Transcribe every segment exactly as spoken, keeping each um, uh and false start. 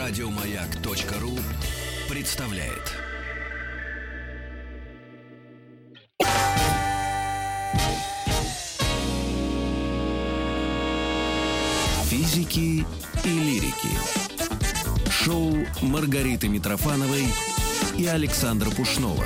Радиомаяк.ру представляет. Физики и лирики. Шоу Маргариты Митрофановой и Александра Пушнова.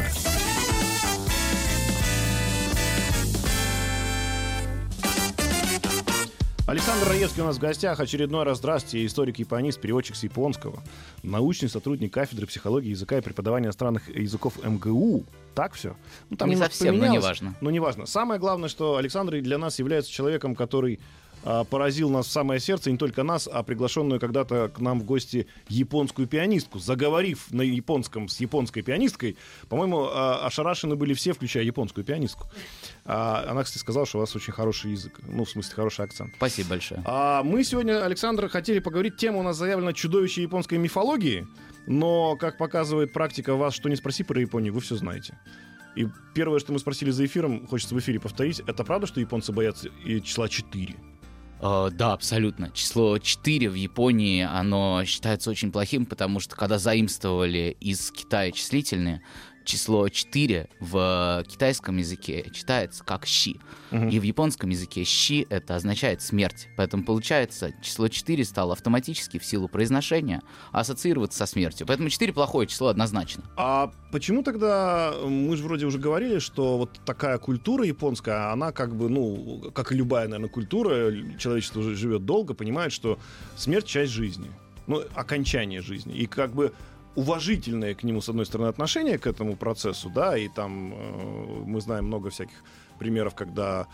Александр Раевский у нас в гостях. Очередной раз здравствуйте. Историк-японист, переводчик с японского. Научный сотрудник кафедры психологии языка и преподавания иностранных языков эм гэ у. Так все? Ну, там не совсем, но не важно. Но не важно. Самое главное, что Александр для нас является человеком, который а, поразил нас в самое сердце, и не только нас, а приглашенную когда-то к нам в гости японскую пианистку. Заговорив на японском с японской пианисткой, по-моему, а, ошарашены были все, включая японскую пианистку. А, она, кстати, сказала, что у вас очень хороший язык. Ну, в смысле, хороший акцент. Спасибо большое. А, мы сегодня, Александр, хотели поговорить. Тема у нас заявлена «Чудовище японской мифологии». Но, как показывает практика, вас что не спроси про Японию, вы все знаете. И первое, что мы спросили за эфиром, хочется в эфире повторить, это правда, что японцы боятся и числа четыре? Uh, да, абсолютно. Число четыре в Японии, оно считается очень плохим, потому что когда заимствовали из Китая числительные, число четыре в китайском языке читается как «щи». Uh-huh. И в японском языке «щи» — это означает «смерть». Поэтому, получается, число четыре стало автоматически в силу произношения ассоциироваться со смертью. Поэтому четыре — плохое число однозначно. А почему тогда, мы же вроде уже говорили, что вот такая культура японская, она как бы, ну, как и любая, наверное, культура, человечество уже живет долго, понимает, что смерть — часть жизни. Ну, окончание жизни. И как бы уважительное к нему, с одной стороны, отношение к этому процессу, да, и там э, мы знаем много всяких примеров, когда,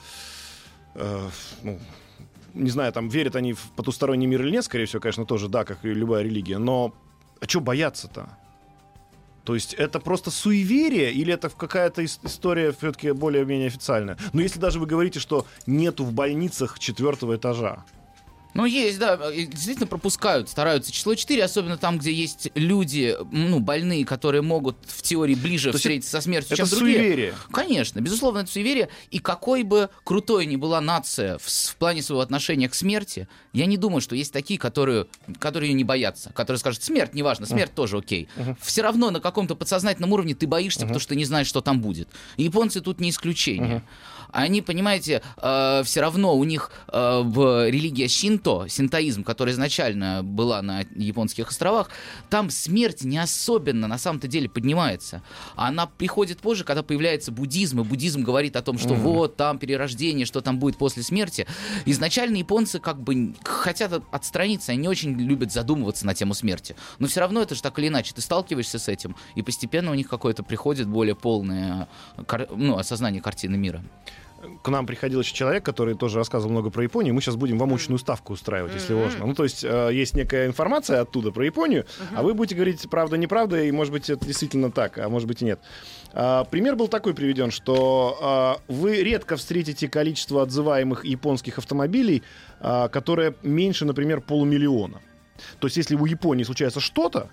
э, ну, не знаю, там, верят они в потусторонний мир или нет, скорее всего, конечно, тоже, да, как и любая религия, но а чего бояться-то? То есть это просто суеверие или это какая-то история все-таки более-менее официальная? Но если даже вы говорите, что нету в больницах четвертого этажа. Ну, есть, да, действительно пропускают, стараются число четыре, особенно там, где есть люди, ну, больные, которые могут в теории ближе То встретиться со смертью, чем другие. Это суеверие? Конечно, безусловно, это суеверие. И какой бы крутой ни была нация в, в плане своего отношения к смерти, я не думаю, что есть такие, которые, которые ее не боятся, которые скажут: смерть, неважно, смерть uh. тоже окей. Uh-huh. Все равно на каком-то подсознательном уровне ты боишься, uh-huh. потому что ты не знаешь, что там будет. И японцы тут не исключение. Uh-huh. Они, понимаете, э, все равно у них э, в религии синто, синтоизм, которая изначально была на японских островах, там смерть не особенно на самом-то деле поднимается. Она приходит позже, когда появляется буддизм, и буддизм говорит о том, что mm-hmm. вот там перерождение, что там будет после смерти. Изначально японцы как бы хотят отстраниться, они не очень любят задумываться на тему смерти. Но все равно это же так или иначе, ты сталкиваешься с этим, и постепенно у них какое-то приходит более полное, ну, осознание картины мира. К нам приходил еще человек, который тоже рассказывал много про Японию. Мы сейчас будем вам очную ставку устраивать, если можно. Ну, то есть э, есть некая информация оттуда про Японию, uh-huh. а вы будете говорить правда-неправда, и, может быть, это действительно так, а может быть и нет. А, пример был такой приведен, что а, вы редко встретите количество отзываемых японских автомобилей, а, которое меньше, например, полумиллиона. То есть если у Японии случается что-то,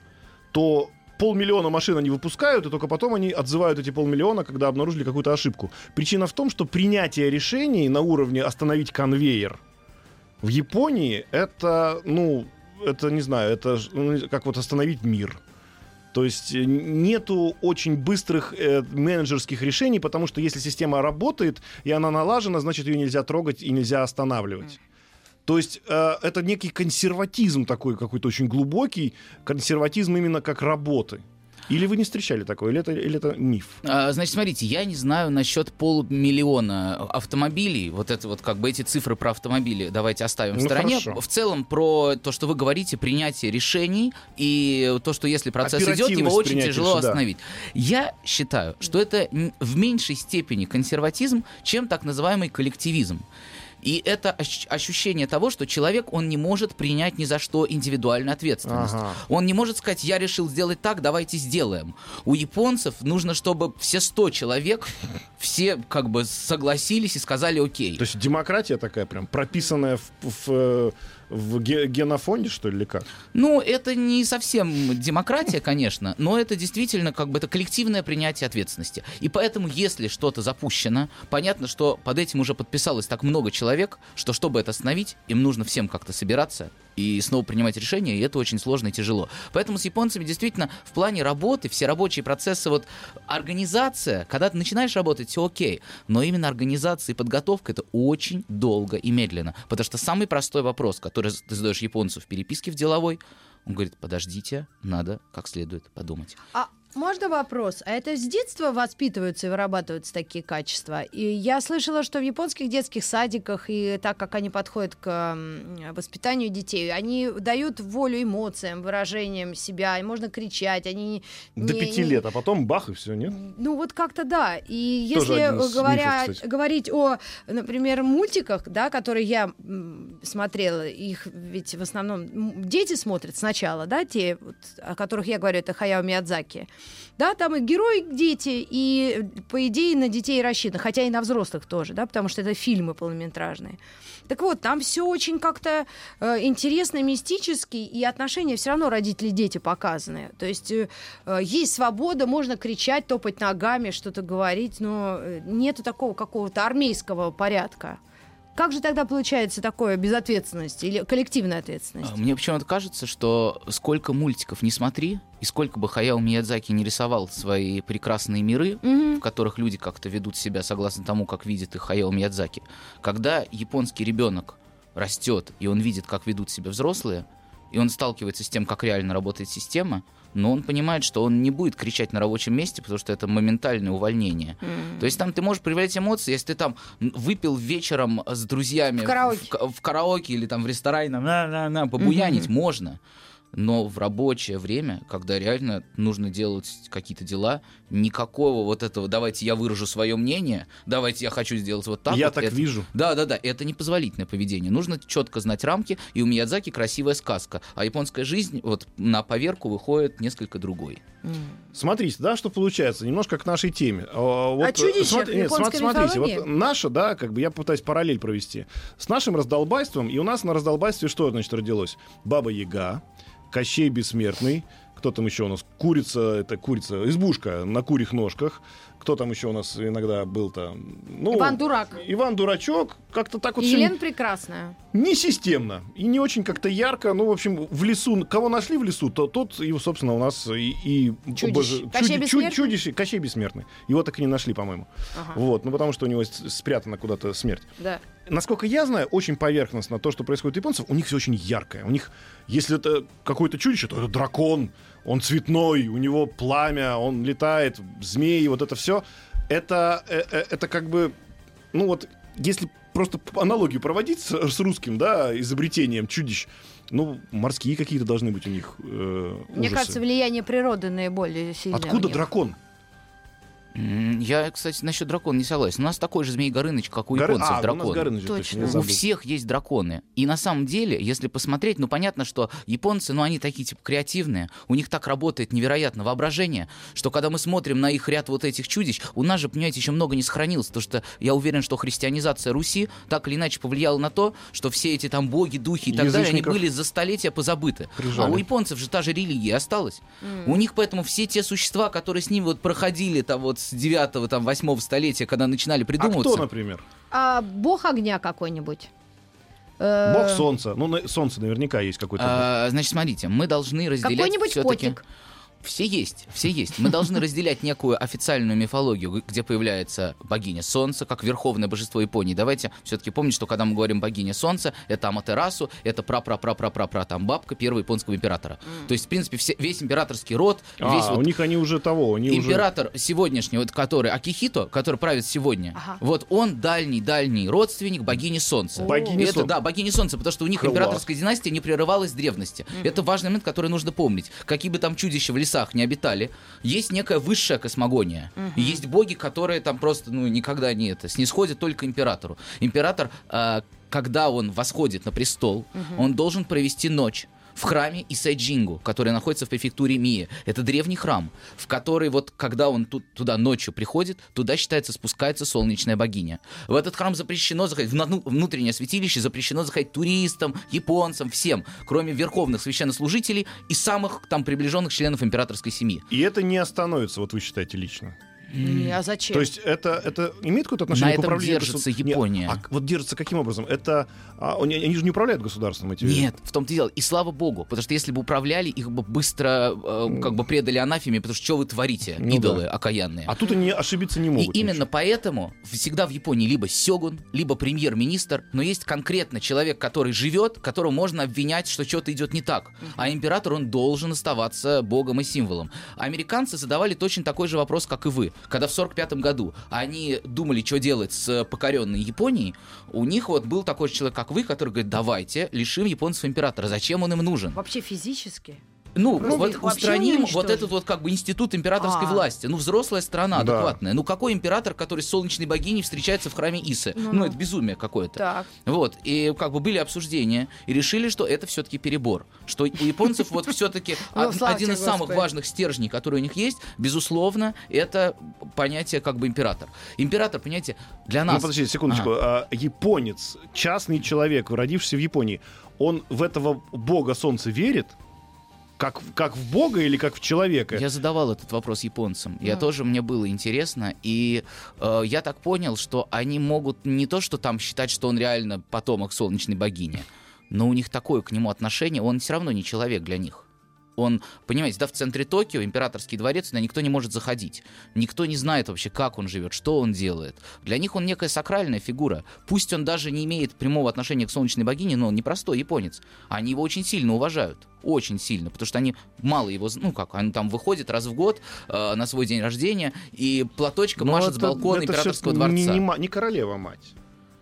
то полмиллиона машин они выпускают, и только потом они отзывают эти полмиллиона, когда обнаружили какую-то ошибку. Причина в том, что принятие решений на уровне остановить конвейер в Японии, это, ну, это, не знаю, это ну, как вот остановить мир. То есть нету очень быстрых э, менеджерских решений, потому что если система работает, и она налажена, значит, ее нельзя трогать и нельзя останавливать. То есть э, это некий консерватизм такой, какой-то очень глубокий, консерватизм именно как работы. Или вы не встречали такое, или это, или это миф? А, значит, смотрите, я не знаю насчет полумиллиона автомобилей, вот это вот как бы эти цифры про автомобили давайте оставим в ну, стороне. Хорошо. В целом про то, что вы говорите, принятие решений и то, что если процесс идет, его очень тяжело остановить. Да. Я считаю, что это в меньшей степени консерватизм, чем так называемый коллективизм. И это ощущение того, что человек, он не может принять ни за что индивидуальную ответственность. Ага. Он не может сказать: я решил сделать так, давайте сделаем. У японцев нужно, чтобы все сто человек, все как бы согласились и сказали окей. То есть демократия такая прям прописанная в... в... В генофонде, что ли, или как? Ну, это не совсем демократия, конечно, но это действительно как бы это коллективное принятие ответственности. И поэтому, если что-то запущено, понятно, что под этим уже подписалось так много человек, что чтобы это остановить, им нужно всем как-то собираться и снова принимать решения, и это очень сложно и тяжело. Поэтому с японцами действительно в плане работы все рабочие процессы, вот организация, когда ты начинаешь работать, все окей, но именно организация и подготовка — это очень долго и медленно, потому что самый простой вопрос, который ты задаешь японцу в переписке в деловой, он говорит: подождите, надо как следует подумать. А можно вопрос? А это с детства воспитываются и вырабатываются такие качества? И я слышала, что в японских детских садиках, и так как они подходят к воспитанию детей, они дают волю эмоциям, выражениям себя, и можно кричать. Они До не, пяти не... лет, а потом бах, и все, нет? Ну вот как-то да. И если говоря, мифов, говорить о, например, мультиках, да, которые я смотрела, их ведь в основном дети смотрят сначала, да, те, вот, о которых я говорю, это Хаяо Миядзаки. Да, там и герои дети, и, по идее, на детей рассчитано, хотя и на взрослых тоже, да, потому что это фильмы полнометражные. Так вот, там все очень как-то э, интересно, мистически, и отношения все равно родители-дети показаны. То есть э, есть свобода, можно кричать, топать ногами, что-то говорить, но нету такого какого-то армейского порядка. Как же тогда получается такое безответственность или коллективная ответственность? Мне почему-то кажется, что сколько мультиков не смотри, и сколько бы Хаяо Миядзаки не рисовал свои прекрасные миры, mm-hmm. в которых люди как-то ведут себя согласно тому, как видит их Хаяо Миядзаки, когда японский ребенок растет, и он видит, как ведут себя взрослые, и он сталкивается с тем, как реально работает система, но он понимает, что он не будет кричать на рабочем месте, потому что это моментальное увольнение. Mm. То есть там ты можешь проявлять эмоции, если ты там выпил вечером с друзьями в караоке, в, в караоке или там в ресторане, на-на-на, побуянить mm-hmm. можно. Но в рабочее время, когда реально нужно делать какие-то дела, никакого вот этого «давайте я выражу свое мнение», «давайте я хочу сделать вот так». Я вот, так это... вижу. Да-да-да, это непозволительное поведение. Нужно четко знать рамки, и у Миядзаки красивая сказка, а японская жизнь вот на поверку выходит несколько другой. Mm. Смотрите, да, что получается, немножко к нашей теме. Вот, а чудище смотри, нет, японской смотрите, мифологии? Вот наша, да, как бы я пытаюсь параллель провести с нашим раздолбайством, и у нас на раздолбайстве что, значит, родилось? Баба-Яга, Кощей Бессмертный, кто там еще у нас? Курица, это курица, избушка на курьих ножках. Кто там еще у нас иногда был-то? Ну, Иван Дурак. Иван Дурачок. Как-то так вот. И Елена Прекрасная. Не системно. И не очень как-то ярко. Ну, в общем, в лесу. Кого нашли в лесу, то тот, его, собственно, у нас и... и Чудище. Боже, Кощей чуди, Бессмертный? Чудище, Кощей Бессмертный. Его так и не нашли, по-моему. Ага. Вот. Ну, потому что у него спрятана куда-то смерть. Да. Насколько я знаю, очень поверхностно то, что происходит у японцев, у них все очень яркое. У них, если это какое-то чудище, то это дракон, он цветной, у него пламя, он летает, змеи, вот это все. Это, это, это как бы, ну вот, если просто аналогию проводить с, с русским, да, изобретением чудищ, ну, морские какие-то должны быть у них э, Мне ужасы. кажется, влияние природы наиболее сильное. Откуда дракон? Я, кстати, насчет дракона не согласен. У нас такой же Змей Горыныч, как у Горы... японцев, а, дракон. У, нас Горыныч, точно. точно, у всех есть драконы. И на самом деле, если посмотреть, ну понятно, что японцы, ну они такие типа креативные, у них так работает невероятно воображение, что когда мы смотрим на их ряд вот этих чудищ, у нас же, понимаете, еще много не сохранилось, потому что я уверен, что христианизация Руси так или иначе повлияла на то, что все эти там боги, духи и так далее, они были за столетия позабыты. Прижали. А у японцев же та же религия осталась. Mm. У них поэтому все те существа, которые с ними вот проходили там вот с девятого там восьмого столетия, когда начинали придумываться. А кто, например? А, бог огня какой-нибудь. Бог солнца. Ну, на, солнце наверняка есть какой-то. А, значит, смотрите, мы должны разделять какой-нибудь все-таки... котик. Все есть, все есть. Мы должны разделять некую официальную мифологию, где появляется богиня Солнца, как верховное божество Японии. Давайте все-таки помнить, что когда мы говорим богиня Солнца, это Аматерасу, это пра-пра-пра-пра-пра-пра, там бабка первого японского императора. Mm. То есть, в принципе, все, весь императорский род... А, весь у вот них они уже того, они император уже... сегодняшний, вот, который Акихито, который правит сегодня, ага. вот он дальний-дальний родственник богини Солнца. Богини это, Солнца. Да, богини Солнца, потому что у них Класс. императорская династия не прерывалась с древности. Mm. Это важный момент, который нужно помнить. Какие бы там чудища в лесах не обитали, есть некая высшая космогония. Uh-huh. И есть боги, которые там просто ну, никогда не это, снисходят только императору. Император, э, когда он восходит на престол, uh-huh. он должен провести ночь в храме Исайджингу, который находится в префектуре Мие. Это древний храм, в который вот, когда он тут, туда ночью приходит, туда, считается, спускается солнечная богиня. В этот храм запрещено заходить, в внутреннее святилище запрещено заходить туристам, японцам, всем, кроме верховных священнослужителей и самых там приближенных членов императорской семьи. И это не остановится, вот вы считаете лично? Mm. А зачем? То есть это, это имеет какое-то отношение На к управлению? На этом держится государ... Япония. Нет, а вот держится каким образом? Это а, они, они же не управляют государством, эти Нет, в том-то и дело. И слава богу, потому что если бы управляли, их бы быстро э, как бы предали анафеме, потому что что вы творите, ну, идолы да. окаянные. А тут они ошибиться не могут. И ничего. Именно поэтому всегда в Японии либо сёгун, либо премьер-министр, но есть конкретно человек, который живет, которого можно обвинять, что что-то идет не так. Uh-huh. А император, он должен оставаться богом и символом. Американцы задавали точно такой же вопрос, как и вы. Когда в сорок пятом году они думали, что делать с покоренной Японией, у них вот был такой же человек, как вы, который говорит, давайте лишим японцев императора. Зачем он им нужен? Вообще физически? Ну, ну вот устраним вот этот вот как бы институт императорской а. власти. Ну, взрослая страна, да. адекватная. Ну, какой император, который с солнечной богиней встречается в храме Исы? Ну, ну это безумие какое-то. Так. Вот, и как бы были обсуждения, и решили, что это все-таки перебор. Что у японцев вот все-таки один из самых важных стержней, который у них есть, безусловно, это понятие как бы император. Император, понимаете, для нас... Ну, подождите, секундочку. Ага. Японец, частный человек, родившийся в Японии, он в этого бога солнца верит? Как, как в Бога или как в человека? Я задавал этот вопрос японцам. Я mm. тоже, мне было интересно. И э, я так понял, что они могут не то, что там считать, что он реально потомок солнечной богини, но у них такое к нему отношение, он все равно не человек для них. Он, понимаете, да, в центре Токио императорский дворец, туда никто не может заходить. Никто не знает вообще, как он живет, что он делает. Для них он некая сакральная фигура. Пусть он даже не имеет прямого отношения к солнечной богине, но он непростой японец. Они его очень сильно уважают. Очень сильно, потому что они мало его... Ну как, он там выходит раз в год э, на свой день рождения и платочком но машет это, с балкона императорского дворца. Не, не, не королева-мать.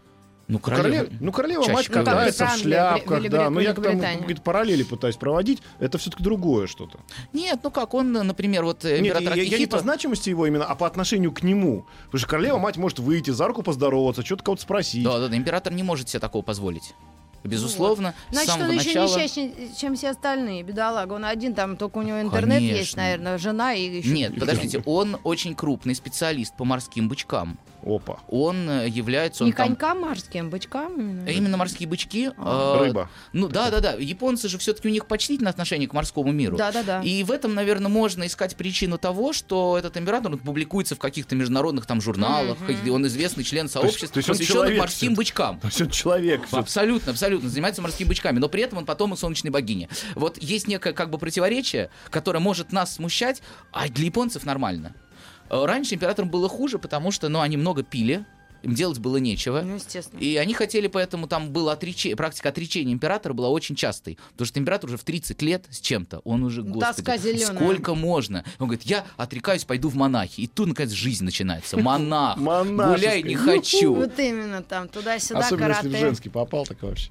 Ну, королева, королева, ну, королева мать катается в шляпках, Великобрит... да. Но я там какие-то параллели пытаюсь проводить. Это все-таки другое что-то. Нет, ну как, он, например, вот император Нет, я, я не по значимости его именно, а по отношению к нему. Потому что королева мать может выйти, за руку поздороваться, что-то кого-то спросить. Да, да, да, император не может себе такого позволить. Безусловно, вот. Значит, с самого он начала... еще несчастнее, чем все остальные, бедолага. Он один, там только у него интернет Конечно. Есть, наверное, жена и еще... Нет, подождите, он очень крупный специалист по морским бычкам. Опа. Он является... Он не там... конькам морским, бычкам? Именно, именно морские бычки. А. Э, Рыба. Ну да, да, да. Японцы же все-таки у них почтительное отношение к морскому миру. Да, да, да. И в этом, наверное, можно искать причину того, что этот император он публикуется в каких-то международных там журналах, mm-hmm. он известный член сообщества, посвященных морским бычкам. То есть он человек. Абсолютно, абсолютно. Занимается морскими бычками, но при этом он потомок солнечной богини. Вот есть некое как бы противоречие, которое может нас смущать, а для японцев нормально. Раньше императорам было хуже, потому что, ну, они много пили, им делать было нечего. Ну, естественно. И они хотели, поэтому там было отречение, практика отречения императора была очень частой. Потому что император уже в тридцать лет с чем-то, он уже, господи, сколько можно. Он говорит, я отрекаюсь, пойду в монахи. И тут, наконец, жизнь начинается. Монах, гуляй не хочу. Вот именно там, туда-сюда, особенно карате. Если в женский попал, так вообще.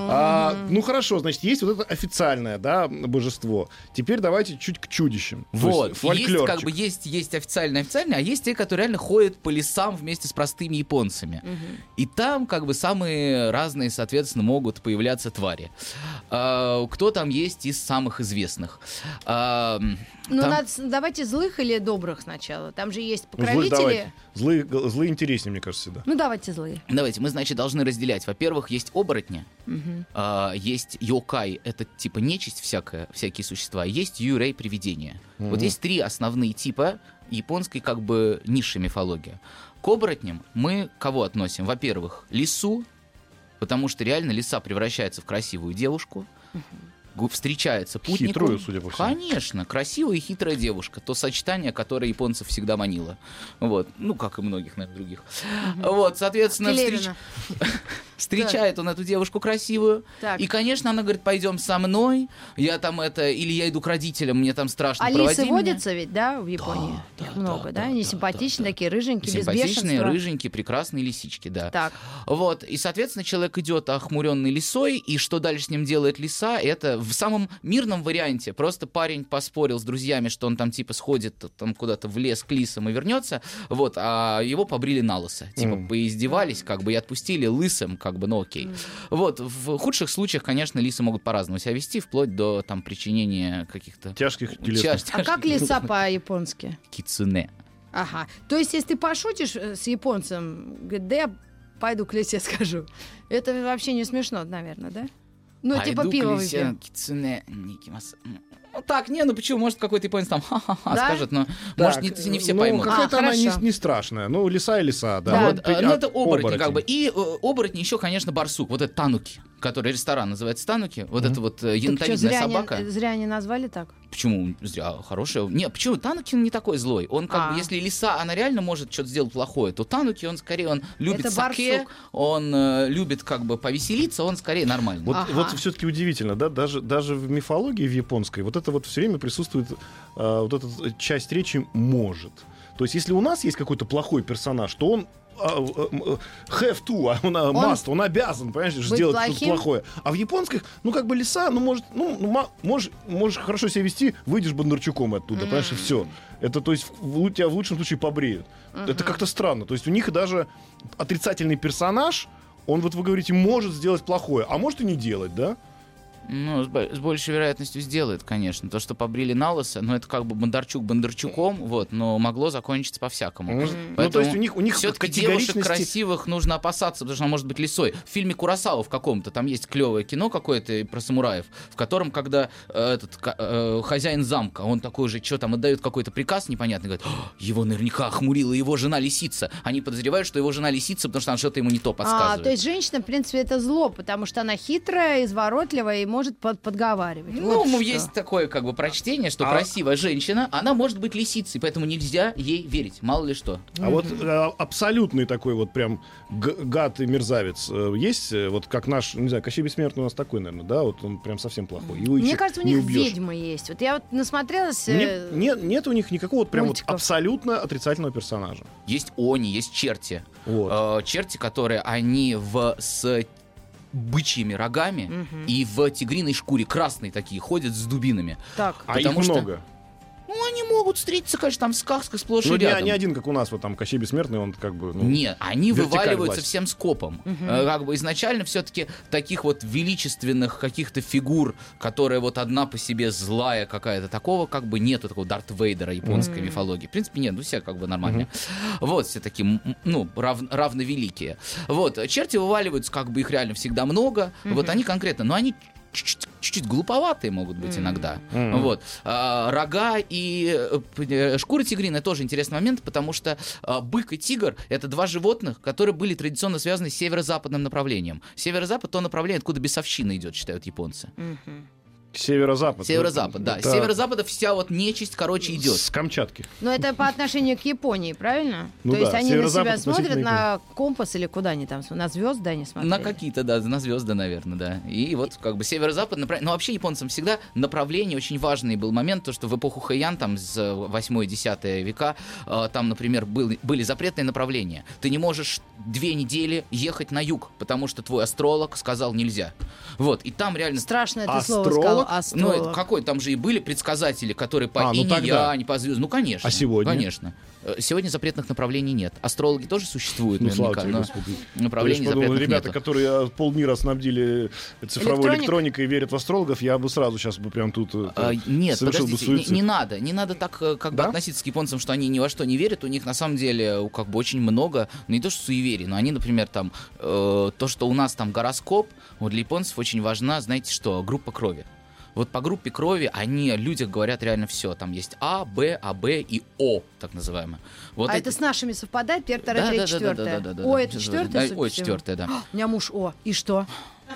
А, ну, хорошо, значит, есть вот это официальное, да, божество. Теперь давайте чуть к чудищам. Вот. Есть, как бы, есть, есть официальное-официальное, а есть те, которые реально ходят по лесам вместе с простыми японцами. Японцами. Uh-huh. И там как бы самые разные, соответственно, могут появляться твари. А, кто там есть из самых известных? А, ну, там... надо, давайте злых или добрых сначала. Там же есть покровители. Злые, злые интереснее, мне кажется, всегда. Ну, давайте злые. Давайте, мы, значит, должны разделять. Во-первых, есть оборотни, uh-huh. а, есть йокай, это типа нечисть всякая, всякие существа, есть юрей, привидения. Uh-huh. Вот есть три основные типа японской как бы низшей мифологии. К оборотням мы кого относим? Во-первых, лису, потому что реально лиса превращается в красивую девушку, угу. встречается путнику. Хитрую, судя по всему. Конечно, красивая и хитрая девушка. То сочетание, которое японцев всегда манило. Вот. Ну, как и многих, наверное, других. Угу. Вот, соответственно, встреч... встречает он эту девушку красивую. Так. И, конечно, она говорит, пойдем со мной. Я там это... Или я иду к родителям, мне там страшно. А лисы водятся ведь, да, в Японии? Да, да, много, да? да? Они да, симпатичные да, такие, рыженькие, без бешенства. Симпатичные, рыженькие, прекрасные лисички, да. Так. Вот. И, соответственно, человек идет охмуренный лисой, и что дальше с ним делает лиса, это в самом мирном варианте. Просто парень поспорил с друзьями, что он там типа сходит там куда-то в лес к лисам и вернется, вот, а его побрили на лысо. Типа mm. поиздевались, как бы, и отпустили лысым, как бы, ну окей. Mm. Вот, в худших случаях, конечно, лисы могут по-разному себя вести, вплоть до там причинения каких-то... Тяжких телесных. А как лиса по-японски? Кицуне. Ага. То есть, если ты пошутишь с японцем, говорит, да я пойду к лисе скажу. Это вообще не смешно, наверное, да? Ну, пойду типа пиво выпьем. Кицуне никимасу. Ну так, не, ну почему? Может, какой-то японец там ха-ха-ха да? скажет, но так, может, не, не все ну, поймут. Какая-то а, она не, не страшная. Ну, лиса и лиса, да. да. Вот, а, ну, это оборотни, оборотень. как бы. И э, оборотни еще, конечно, барсук. Вот это тануки, который ресторан называется тануки. Вот mm-hmm. это вот э, янтовидная зря собака. Не, зря они назвали так? Почему? Зря. Хорошая. Не, почему? Тануки не такой злой. Он как а. бы, если лиса, она реально может что-то сделать плохое, то тануки, он скорее, он любит это саке, барсук. он э, любит как бы повеселиться, он скорее нормальный. Вот, ага. вот все-таки удивительно, да, даже, даже в мифологии в японской вот это вот все время присутствует, э, вот эта часть речи «может». То есть если у нас есть какой-то плохой персонаж, то он have to, а он, он must, он обязан, понимаешь, сделать плохим? Что-то плохое. А в японских, ну, как бы лиса, ну, может, ну, ну можешь, можешь хорошо себя вести, выйдешь Бондарчуком оттуда, mm-hmm. понимаешь, и все. Это, то есть, в, тебя в лучшем случае побреют. Mm-hmm. Это как-то странно. То есть у них даже отрицательный персонаж, он, вот вы говорите, может сделать плохое, а может и не делать, да? Ну, с, с большей вероятностью сделает, конечно. То, что побрили на лысо, ну, это как бы Бондарчук Бондарчуком, вот, но могло закончиться по-всякому. Mm-hmm. Ну, то есть у них, у них все-таки категоричности... девушек красивых нужно опасаться, потому что она может быть лисой. В фильме Куросава в каком-то, там есть клевое кино какое-то про самураев, в котором, когда э, этот э, хозяин замка, он такой же, что там, отдает какой-то приказ непонятный, говорит, его наверняка охмурила его жена лисица. Они подозревают, что его жена лисица, потому что она что-то ему не то подсказывает. А, то есть женщина, в принципе, это зло, потому что она хитрая, изворотливая и может под, подговаривать. Ну, вот есть такое как бы прочтение, что а... красивая женщина, она может быть лисицей, поэтому нельзя ей верить, мало ли что. А mm-hmm. вот э, абсолютный такой вот прям г- гад и мерзавец э, есть, э, вот как наш, не знаю, Кощей Бессмертный у нас такой, наверное, да, вот он прям совсем плохой. Его Мне кажется, у них убьешь. Ведьмы есть. Вот я вот насмотрелась... Э... Мне, нет, нет у них никакого вот прям вот абсолютно отрицательного персонажа. Есть они, есть черти. Вот. Э, черти, которые они в... с бычьими рогами угу. и в тигриной шкуре красные такие ходят с дубинами. Так. А их что... много? Ну, они могут встретиться, конечно, там в сказках сплошь ну, и рядом. Ну, не один, как у нас, вот там Кощей Бессмертный, он как бы... Ну, нет, они вываливаются власть. всем скопом. Угу. Как бы изначально все-таки таких вот величественных каких-то фигур, которая вот одна по себе злая какая-то, такого как бы нету, такого Дарт Вейдера японской угу. мифологии. В принципе, нет, ну все как бы нормально. Угу. Вот, все такие, ну, рав, равновеликие. Вот, черти вываливаются, как бы их реально всегда много. Угу. Вот они конкретно, но они... чуть-чуть глуповатые могут быть mm. иногда. Mm-hmm. Вот. А, рога и э, шкура тигриная тоже интересный момент, потому что э, бык и тигр — это два животных, которые были традиционно связаны с северо-западным направлением. Северо-запад — то направление, откуда бесовщина идет, считают японцы. Mm-hmm. Северо-запад. Северо-запад, да. Это... С северо-запада вся вот нечисть, короче, идет. С Камчатки. Но это по отношению к Японии, правильно? Ну То да, есть они на себя смотрят на компас или куда они там, на звезды они смотрят? На какие-то, да, на звезды, наверное, да. И вот как бы северо-запад направление. Но вообще японцам всегда направление очень важный был момент, то что в эпоху Хэйян, там, с восьмое-десятое века, там, например, был, были запретные направления. Ты не можешь две недели ехать на юг, потому что твой астролог сказал нельзя. Вот, и там реально... Страшно это астролог? слово сказал, астролог. Ну, какой? Там же и были предсказатели, которые по а, ну инь-янь, по звездам. Ну, конечно. А сегодня? Конечно. Сегодня запретных направлений нет. Астрологи тоже существуют, ну, наверняка, слава тебе, но Господи. направлений подумал, запретных ребята, нету. которые полмира снабдили цифровой Электроник? электроникой и верят в астрологов, я бы сразу сейчас бы прям тут а, нет, совершил бы подождите, суицид. Не, не надо. Не надо так как да? бы относиться к японцам, что они ни во что не верят. У них на самом деле как бы очень много, ну не то что суеверий, но они, например, там, э, то, что у нас там гороскоп, вот для японцев очень важна, знаете что, группа крови. Вот по группе крови они о людях говорят реально все. Там есть А, Б, АБ и О, так называемое. Вот а это... это с нашими совпадает? Первое, второе, да, третье, да, четвертое. Да, да, да, да, О, да, это да. четвертое? Ой, четвертое, да. У меня муж О. И что?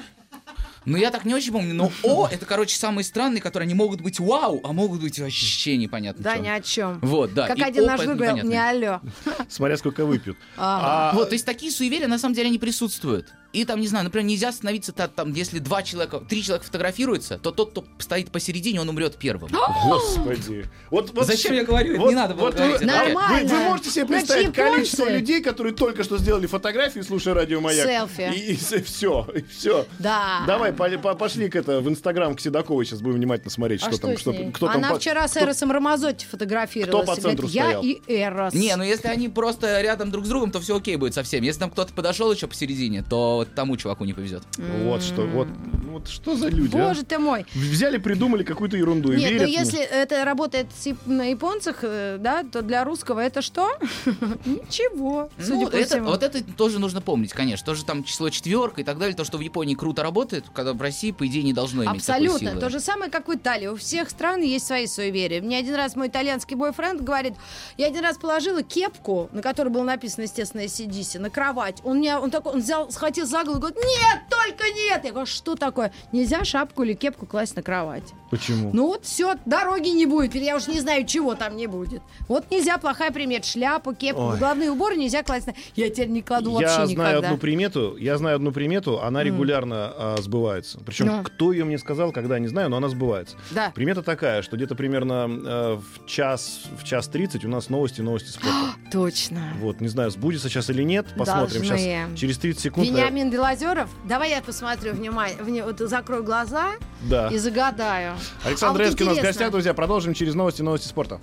Ну, я так не очень помню, но О, это, короче, самые странные, которые они могут быть вау, а могут быть вообще непонятно Да, чем. ни о чем. Вот, да. Как И один О, наш поэтому выбрал, непонятно. не алло. Смотря сколько выпьют. Ага. А, Вот, то есть такие суеверия на самом деле они присутствуют. И там, не знаю, например, нельзя остановиться, там, если два человека, три человека фотографируются, то тот, кто стоит посередине, он умрет первым. Господи. Вот, вот, Зачем я говорю? вот, Не надо было вот говорить. вы, это. Нормально. Вы, вы можете себе Значит, представить японцы- количество людей, которые только что сделали фотографию, слушая радио Маяк. Селфи. И, и, все, и все. Да. Давай, по, по, пошли к это в Инстаграм к Седоковой, сейчас будем внимательно смотреть, А что, что там. с Что, ней? кто там Она по- вчера с кто- Эросом Рамазотти фотографировалась. Кто по центру Говорит, я стоял? и Эрос. Не, ну если они просто рядом друг с другом, то все окей будет совсем. Если там кто-то подошел еще посередине, то тому чуваку не повезет. Вот что, вот. Ну, вот что за люди, Боже а? ты мой. Взяли, придумали какую-то ерунду. Нет, и но верят если это работает на японцах, да, то для русского это что? Ничего. Ну, это, вот это тоже нужно помнить, конечно. Тоже там число четверка и так далее. То, что в Японии круто работает, когда в России, по идее, не должно иметь Абсолютно. такой силы. То же самое, как в Италии. У всех стран есть свои суеверия. Мне один раз мой итальянский бойфренд говорит, я один раз положила кепку, на которой было написано, естественно, эс си ди си, на кровать. Он меня, он такой, он взял, схватил за голову и говорит, нет, только нет. Я говорю, что такое? Нельзя шапку или кепку класть на кровать. Почему? Ну вот все, дороги не будет. Или я уж не знаю, чего там не будет. Вот нельзя, плохая примета. Шляпу, кепку, Ой. головные уборы нельзя класть на... Я теперь не кладу вообще я никогда. Знаю одну примету, я знаю одну примету, она регулярно mm. а, сбывается. Причем mm. кто ее мне сказал, когда, не знаю, но она сбывается. Да. Примета такая, что где-то примерно а, в час, в час тридцать у нас новости, новости спорта. Точно. Вот, не знаю, сбудется сейчас или нет, посмотрим. Должны. Сейчас, через тридцать секунд. Вениамин Белозеров, давай я посмотрю, внимание, вот закрою глаза да. и загадаю. Александр Невский а вот у нас в гостях, друзья, продолжим через новости, новости спорта.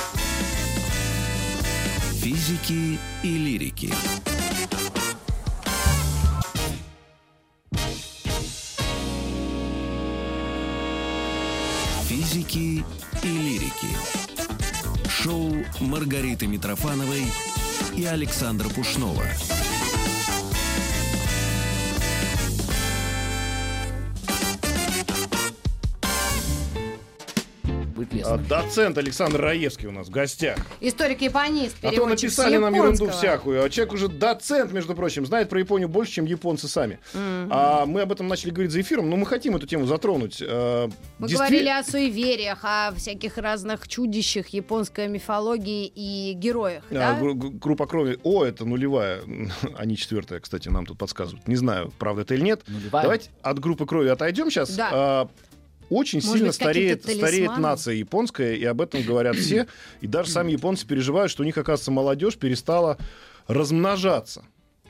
Физики и лирики. Физики и лирики. Шоу Маргариты Митрофановой и Александра Пушнова. Доцент Александр Раевский у нас в гостях. Историк-японист, переводчик. А то написали нам ерунду всякую. А человек уже доцент, между прочим, знает про Японию больше, чем японцы сами. Mm-hmm. А мы об этом начали говорить за эфиром, но мы хотим эту тему затронуть. Мы Действи... говорили о суевериях, о всяких разных чудищах японской мифологии и героях. А, да? г- г- группа крови. О, это нулевая, а не четвертая, кстати, нам тут подсказывают. Не знаю, правда это или нет. Нулевая. Давайте от группы крови отойдем сейчас. Да. А, Очень Может сильно быть, стареет, стареет нация японская, и об этом говорят все. И даже сами японцы переживают, что у них, оказывается, молодежь перестала размножаться.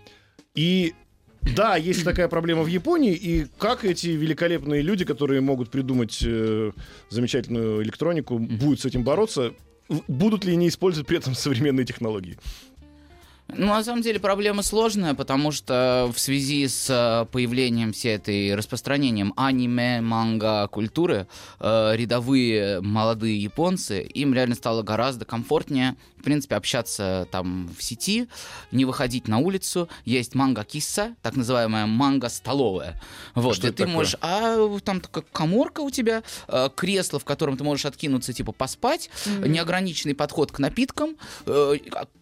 И да, есть такая проблема в Японии, и как эти великолепные люди, которые могут придумать э, замечательную электронику, будут с этим бороться, будут ли они использовать при этом современные технологии? Ну, на самом деле, проблема сложная, потому что в связи с появлением всей этой распространением аниме, манга культуры, э, рядовые молодые японцы, им реально стало гораздо комфортнее, в принципе, общаться там в сети, не выходить на улицу. Есть манга-кисса, так называемая манга-столовая. Вот, что где это ты такое? можешь... А там такая каморка у тебя, э, кресло, в котором ты можешь откинуться, типа, поспать, mm-hmm. неограниченный подход к напиткам, э,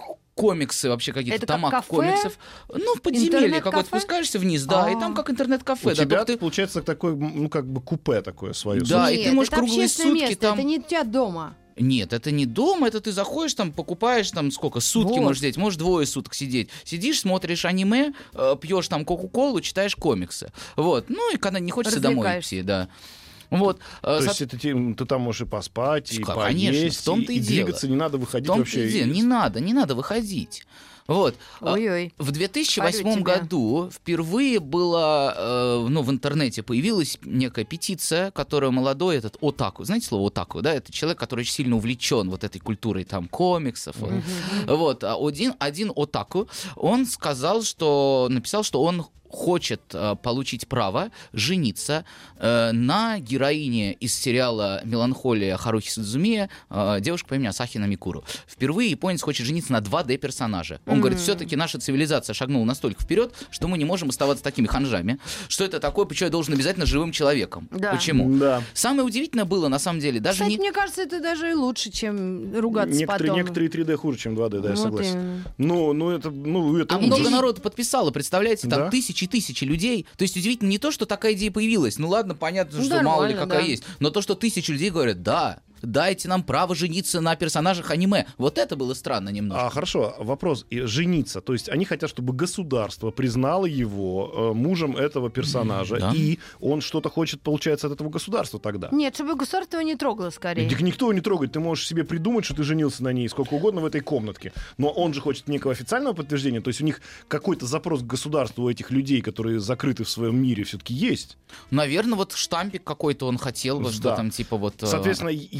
комиксы вообще какие-то, тома комиксов. Ну, в подземелье какое-то спускаешься вниз, да, А-а-а. и там как интернет-кафе. У да, тебя ты... получается такой, ну, как бы купе такое свое. Да, Нет, и ты можешь это круглые сутки место, там... это не у тебя дома. Нет, это не дома, это ты заходишь там, покупаешь там сколько, сутки вот. можешь сидеть, можешь двое суток сидеть. Сидишь, смотришь аниме, пьешь там кока-колу, читаешь комиксы. Вот, ну и когда не хочется домой идти, да. Вот. То Со... есть это ты, ты там можешь и поспать, и Конечно, поесть, в том-то и, и дело. двигаться, не надо выходить в том-то вообще. И дело. Не надо, не надо выходить. Вот. Ой-ой. В две тысячи восьмом году впервые было, э, ну, в интернете появилась некая петиция, которая молодой этот отаку, знаете слово отаку, да, это человек, который очень сильно увлечен вот этой культурой там комиксов. Mm-hmm. Вот, один, один отаку, он сказал, что, написал, что он хочет э, получить право жениться э, на героине из сериала «Меланхолия» Харухи Судзумия, э, девушка по имени Асахина Микуру. Впервые японец хочет жениться на два дэ-персонажа. Он mm-hmm. говорит, все-таки наша цивилизация шагнула настолько вперед, что мы не можем оставаться такими ханжами. Что это такое? Почему я должен обязательно живым человеком? Да. Почему? Да. Самое удивительное было, на самом деле, даже Кстати, не... мне кажется, это даже и лучше, чем ругаться некоторые, потом. Некоторые три дэ хуже, чем два дэ, да, вот я согласен. Именно. Ну, ну, это... Ну, это а ужас. много народу подписало, представляете, там да? тысячи и тысячи людей. То есть удивительно не то, что такая идея появилась. Ну ладно, понятно, Ну, что мало ли нормально, какая да. есть. Но то, что тысячи людей говорят, да, дайте нам право жениться на персонажах аниме. Вот это было странно немножко. А, хорошо, вопрос. И жениться. То есть они хотят, чтобы государство признало его э, мужем этого персонажа, Да. и он что-то хочет, получается, от этого государства тогда. Нет, чтобы государство его не трогало скорее. Так никто его не трогает. Ты можешь себе придумать, что ты женился на ней сколько угодно в этой комнатке. Но он же хочет некого официального подтверждения. То есть у них какой-то запрос к государству у этих людей, которые закрыты в своем мире, все-таки есть. Наверное, вот штампик какой-то он хотел бы, Да. что там типа вот... э, Соответственно,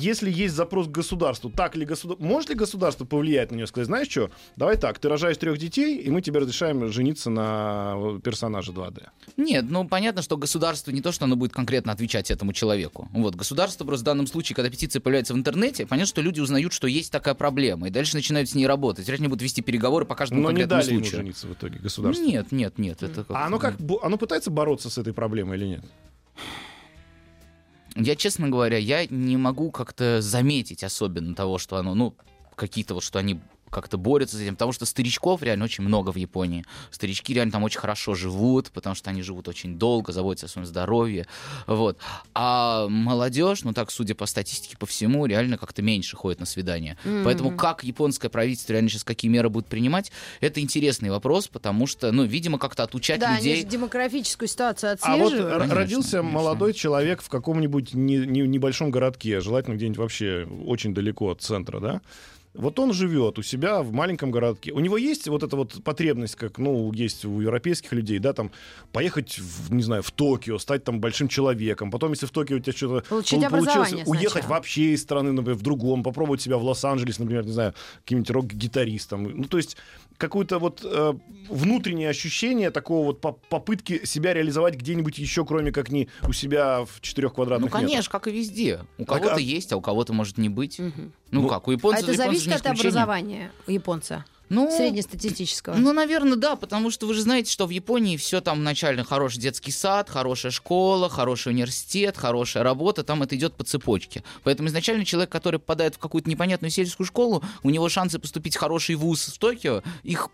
если есть запрос к государству, так ли государство, может ли государство повлиять на нее, сказать, знаешь что, давай так, ты рожаешь трех детей, и мы тебе разрешаем жениться на персонаже два дэ. Нет, ну понятно, что государство не то, что оно будет конкретно отвечать этому человеку. Вот, государство просто в данном случае, когда петиция появляется в интернете, понятно, что люди узнают, что есть такая проблема, и дальше начинают с ней работать. Вряд ли они будут вести переговоры по каждому Но конкретному случаю. Но не дали ему жениться в итоге государство? Нет, нет, нет. Это а оно как, оно пытается бороться с этой проблемой или нет? Я, честно говоря, я не могу как-то заметить особенно того, что оно, ну, какие-то вот, что они как-то борются с этим, потому что старичков реально очень много в Японии. Старички реально там очень хорошо живут, потому что они живут очень долго, заботятся о своем здоровье, вот. А молодежь, ну так, судя по статистике, по всему, реально как-то меньше ходит на свидания. Mm-hmm. Поэтому как японское правительство реально сейчас какие меры будет принимать, это интересный вопрос, потому что, ну, видимо, как-то отучать да, людей... Да, они демографическую ситуацию отслеживают. А вот конечно, родился конечно. молодой человек в каком-нибудь не, не, небольшом городке, желательно где-нибудь вообще очень далеко от центра, да? Вот он живет у себя в маленьком городке. У него есть вот эта вот потребность, как, ну, есть у европейских людей, да, там, поехать, в, не знаю, в Токио, стать там большим человеком. Потом, если в Токио у тебя что-то получить пол- получилось, уехать сначала. вообще из страны, например, в другом, попробовать себя в Лос-Анджелесе, например, не знаю, каким-нибудь рок-гитаристом. Ну, то есть какое-то вот э, внутреннее ощущение такого вот по- попытки себя реализовать где-нибудь еще, кроме как не у себя в четырех квадратных метрах. Ну, конечно, метрах. Как и везде. У кого-то а, есть, а у кого-то может не быть. Угу. Ну, ну как, у японцев... А это зависит от образования у японца? Ну, среднестатистического. Ну, наверное, да, потому что вы же знаете, что в Японии все там вначале хороший детский сад, хорошая школа, хороший университет, хорошая работа, там это идет по цепочке. Поэтому изначально человек, который попадает в какую-то непонятную сельскую школу, у него шансы поступить в хороший вуз в Токио, их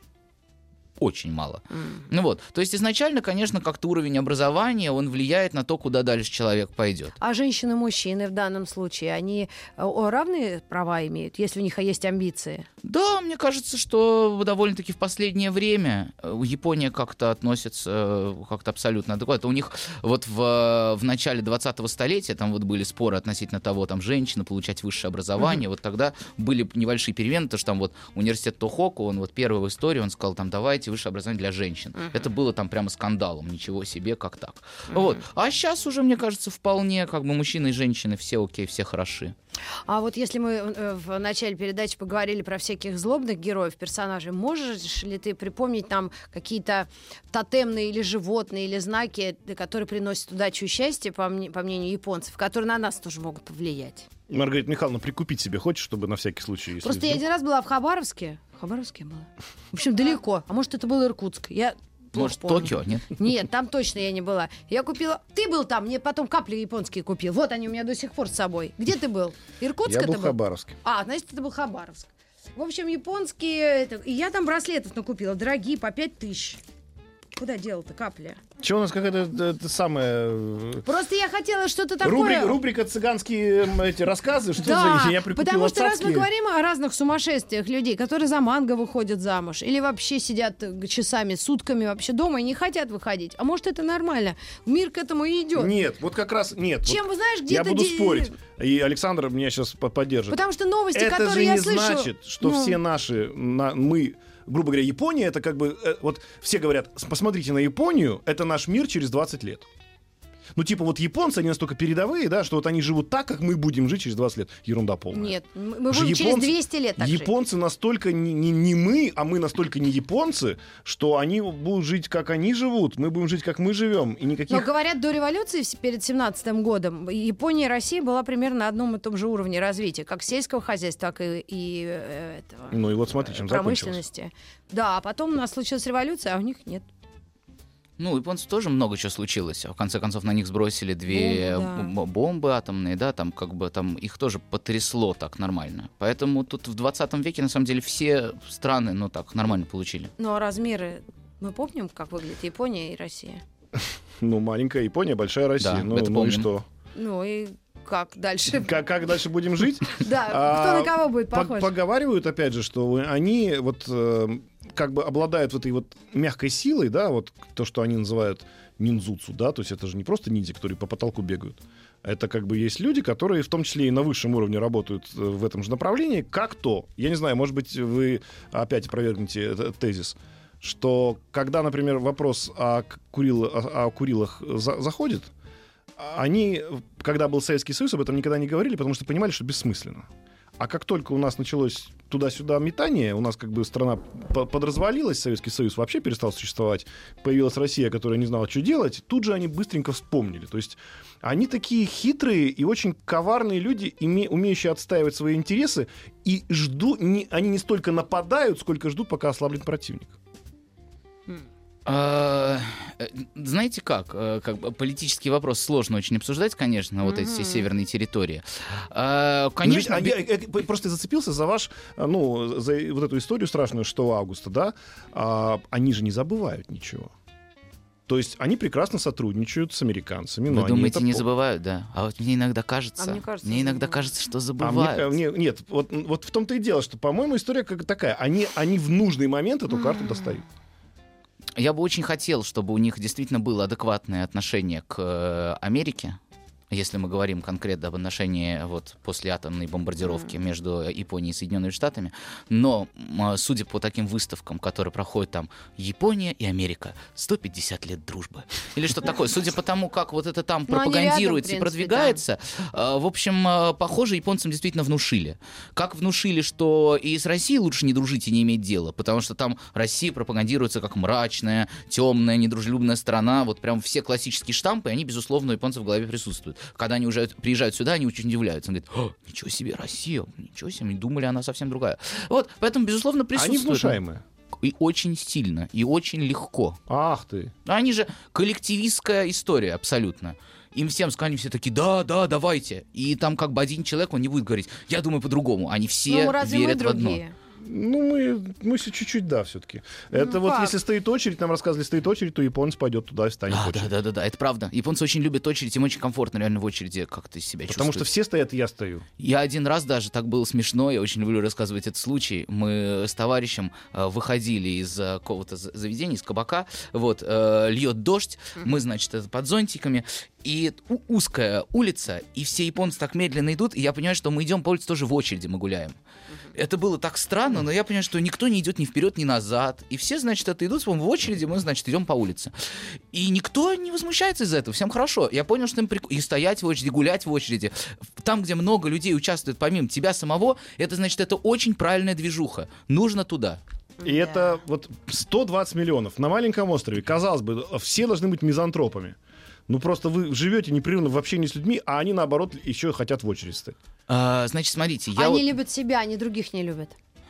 очень мало. Mm. Ну вот, то есть изначально, конечно, как-то уровень образования, он влияет на то, куда дальше человек пойдет. А женщины и мужчины в данном случае, они равные права имеют, если у них есть амбиции? Да, мне кажется, что довольно-таки в последнее время Япония как-то относится как-то абсолютно адекватно. У них вот в, в начале двадцатого столетия там вот были споры относительно того, там, женщины получать высшее образование. Mm-hmm. Вот тогда были небольшие перемены, потому что там вот университет Тохоку, он вот первый в истории, он сказал, там, давайте высшее образование для женщин. Uh-huh. Это было там прямо скандалом, ничего себе, как так. Uh-huh. Вот. А сейчас уже, мне кажется, вполне как бы мужчины и женщины все окей, все хороши. А вот если мы в начале передачи поговорили про всяких злобных героев, персонажей, можешь ли ты припомнить нам какие-то тотемные или животные, или знаки, которые приносят удачу и счастье, по, мне, по мнению японцев, которые на нас тоже могут повлиять? Маргарита Михайловна, прикупить себе хочешь, чтобы на всякий случай... Если Просто я один раз была в Хабаровске. В Хабаровске была. В общем, далеко. А может, это был Иркутск. Я... Может, Токио, нет? Нет, там точно я не была. Я купила... Ты был там, мне потом капли японские купил. Вот они у меня до сих пор с собой. Где ты был? Иркутск я это был? Я был в Хабаровске. А, значит, это был Хабаровск. В общем, японские... И я там браслетов накупила, дорогие, по пять тысяч. Куда делал-то капли? Чего у нас какая-то самая... Просто я хотела что-то такое... Рубрика, рубрика «Цыганские эти рассказы». Что да, за... Я прикупила потому что царские... раз мы говорим о разных сумасшествиях людей, которые за манго выходят замуж, или вообще сидят часами, сутками вообще дома и не хотят выходить. А может, это нормально? Мир к этому и идет. Нет, вот как раз нет. Чем, вот вы знаешь, где-то... Я буду де... спорить. И Александр меня сейчас поддержит. Потому что новости, это которые я слышу... Это же не значит, что ну... все наши... На, мы... Грубо говоря, Япония, это как бы... Э, вот все говорят, посмотрите на Японию, это наш мир через двадцать лет. Ну, типа, вот японцы, они настолько передовые, да, что вот они живут так, как мы будем жить через двадцать лет. Ерунда полная. Нет, мы будем японцы, через двести лет так Японцы жить. настолько не, не, не мы, а мы настолько не японцы, что они будут жить, как они живут, мы будем жить, как мы живем. И никаких... Но говорят, до революции перед семнадцатым годом Япония и Россия была примерно на одном и том же уровне развития, как сельского хозяйства, так и, и этого, ну и вот смотри, чем промышленности. Закончилось. Да, а потом у нас случилась революция, а у них нет. Ну, у японцев тоже много чего случилось. В конце концов, на них сбросили две бомбы, да. бомбы атомные, да, там как бы там их тоже потрясло так нормально. Поэтому тут в двадцатом веке, на самом деле, все страны, ну, так, нормально получили. Ну, а размеры... Мы помним, как выглядит Япония и Россия? Ну, маленькая Япония, большая Россия. Да, ну, это ну помним. И что? Ну, и... Как дальше? Как, как дальше будем жить? Да, кто на кого будет похож? Поговаривают, опять же, что они вот как бы обладают вот этой вот мягкой силой, да, вот то, что они называют ниндзюцу, да, то есть это же не просто ниндзя, которые по потолку бегают. Это как бы есть люди, которые в том числе и на высшем уровне работают в этом же направлении. Как то? Я не знаю, может быть, вы опять опровергнете этот тезис, что когда, например, вопрос о, Курил, о, о Курилах за, заходит, они, когда был Советский Союз, об этом никогда не говорили, потому что понимали, что бессмысленно. А как только у нас началось туда-сюда метание, у нас как бы страна подразвалилась, Советский Союз вообще перестал существовать, появилась Россия, которая не знала, что делать, тут же они быстренько вспомнили. То есть они такие хитрые и очень коварные люди, име, умеющие отстаивать свои интересы, и ждут, не, они не столько нападают, сколько ждут, пока ослаблет противник. Знаете как? Как бы политический вопрос сложно очень обсуждать, конечно, mm-hmm. вот эти все северные территории. Конечно, ведь, я, я просто зацепился за ваш, ну, за вот эту историю страшную, что августа, да? А, они же не забывают ничего. То есть они прекрасно сотрудничают с американцами. Вы думаете, не забывают, да? А вот мне иногда кажется, а мне, кажется, мне иногда кажется, что забывают. А мне, мне, нет, вот, вот в том-то и дело, что, по-моему, история как такая. Они, они в нужный момент эту карту mm-hmm. достают. Я бы очень хотел, чтобы у них действительно было адекватное отношение к Америке, если мы говорим конкретно об отношении вот, после атомной бомбардировки mm. между Японией и Соединенными Штатами. Но, судя по таким выставкам, которые проходят там Япония и Америка, сто пятьдесят лет дружбы. Или что такое. Судя по тому, как вот это там пропагандируется рядом, и продвигается, да. в общем, похоже, японцам действительно внушили. Как внушили, что и с Россией лучше не дружить и не иметь дела, потому что там Россия пропагандируется как мрачная, темная, недружелюбная страна. Вот прям все классические штампы, они, безусловно, у японцев в голове присутствуют. Когда они уже приезжают сюда, они очень удивляются. Они говорят, ничего себе, Россия, ничего себе, мы думали, она совсем другая. Вот, поэтому, безусловно, присутствует. Они внушаемые. И очень сильно, и очень легко. Ах ты. Они же коллективистская история абсолютно. Им всем сказали, все такие, да, да, давайте. И там как бы один человек, он не будет говорить, я думаю по-другому. Они все ну, верят в одно. Ну, мы, мы чуть-чуть, да, все-таки. Ну, это вот, если стоит очередь, нам рассказывали, стоит очередь, то японец пойдет туда и станет а, очередь. Да, да, да, да, это правда. Японцы очень любят очередь, им очень комфортно реально в очереди как-то себя Потому чувствуют. Потому что все стоят, и я стою. Я один раз даже, так было смешно, я очень люблю рассказывать этот случай. Мы с товарищем э, выходили из э, какого-то заведения, из кабака, вот, э, льет дождь, мы, значит, это под зонтиками, и у- узкая улица, и все японцы так медленно идут, и я понимаю, что мы идем по улице тоже в очереди, мы гуляем. Это было так странно, но я понимаю, что никто не идет ни вперед, ни назад. И все, значит, это идут в очереди, мы, значит, идем по улице. И никто не возмущается из-за этого, всем хорошо. Я понял, что им прикольно. И стоять в очереди, гулять в очереди. Там, где много людей участвует помимо тебя самого, это, значит, это очень правильная движуха. Нужно туда. И yeah. это вот сто двадцать миллионов на маленьком острове. Казалось бы, все должны быть мизантропами. Ну, просто вы живете непрерывно в общении с людьми, а они, наоборот, еще хотят в очередь стоять. А, значит, смотрите, я... Они вот... любят себя, они других не любят.